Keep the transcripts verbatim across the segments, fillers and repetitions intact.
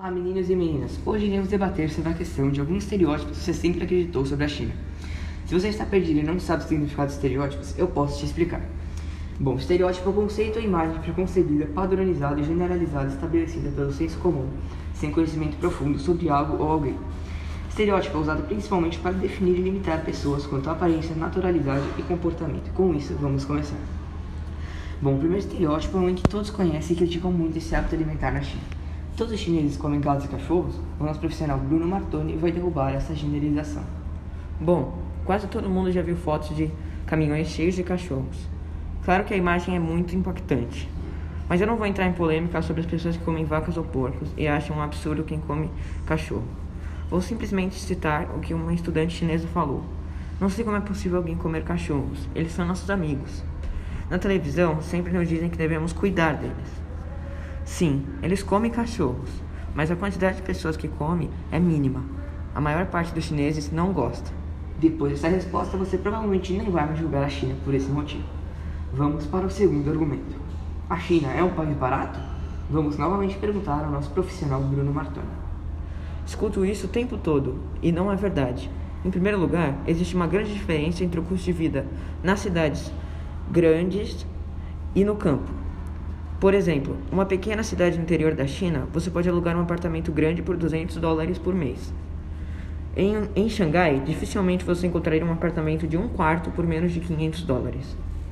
Olá, meninos e meninas. Hoje iremos debater sobre a questão de alguns estereótipos que você sempre acreditou sobre a China. Se você está perdido e não sabe o significado de estereótipos, eu posso te explicar. Bom, estereótipo é o conceito ou imagem preconcebida, padronizada e generalizada estabelecida pelo senso comum, sem conhecimento profundo sobre algo ou alguém. Estereótipo é usado principalmente para definir e limitar pessoas quanto à aparência, naturalidade e comportamento. Com isso, vamos começar. Bom, o primeiro estereótipo é um que todos conhecem e criticam muito esse hábito alimentar na China. Todos os chineses comem gatos e cachorros? O nosso profissional Bruno Martoni vai derrubar essa generalização. Bom, quase todo mundo já viu fotos de caminhões cheios de cachorros. Claro que a imagem é muito impactante, mas eu não vou entrar em polêmica sobre as pessoas que comem vacas ou porcos e acham um absurdo quem come cachorro. Vou simplesmente citar o que uma estudante chinesa falou. Não sei como é possível alguém comer cachorros, eles são nossos amigos. Na televisão, sempre nos dizem que devemos cuidar deles. Sim, eles comem cachorros, mas a quantidade de pessoas que comem é mínima. A maior parte dos chineses não gosta. Depois dessa resposta, você provavelmente nem vai mais julgar a China por esse motivo. Vamos para o segundo argumento. A China é um país barato? Vamos novamente perguntar ao nosso profissional Bruno Martoni. Escuto isso o tempo todo, e não é verdade. Em primeiro lugar, existe uma grande diferença entre o custo de vida nas cidades grandes e no campo. Por exemplo, uma pequena cidade no interior da China, você pode alugar um apartamento grande por duzentos dólares por mês. Em, em Xangai, dificilmente você encontraria um apartamento de um quarto por menos de quinhentos dólares.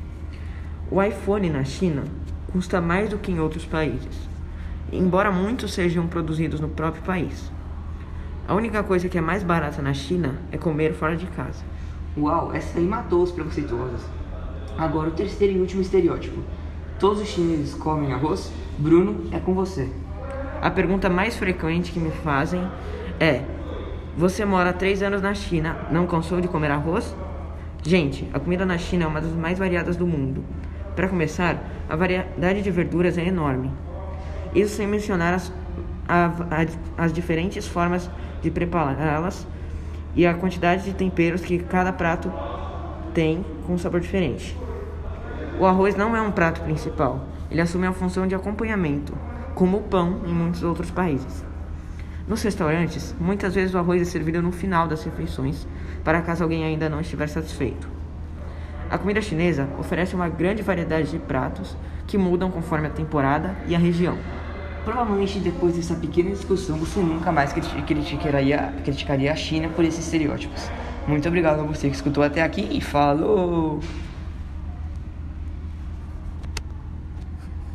O iPhone na China custa mais do que em outros países, embora muitos sejam produzidos no próprio país. A única coisa que é mais barata na China é comer fora de casa. Uau, essa aí matou os preconceituosos. Agora o terceiro e último estereótipo. Todos os chineses comem arroz? Bruno, é com você. A pergunta mais frequente que me fazem é: você mora há três anos na China, não cansou de comer arroz? Gente, a comida na China é uma das mais variadas do mundo. Para começar, a variedade de verduras é enorme. Isso sem mencionar as, a, a, as diferentes formas de prepará-las e a quantidade de temperos que cada prato tem com um sabor diferente. O arroz não é um prato principal, ele assume a função de acompanhamento, como o pão em muitos outros países. Nos restaurantes, muitas vezes o arroz é servido no final das refeições, para caso alguém ainda não estiver satisfeito. A comida chinesa oferece uma grande variedade de pratos que mudam conforme a temporada e a região. Provavelmente depois dessa pequena discussão você nunca mais criticaria, criticaria a China por esses estereótipos. Muito obrigado a você que escutou até aqui e falou!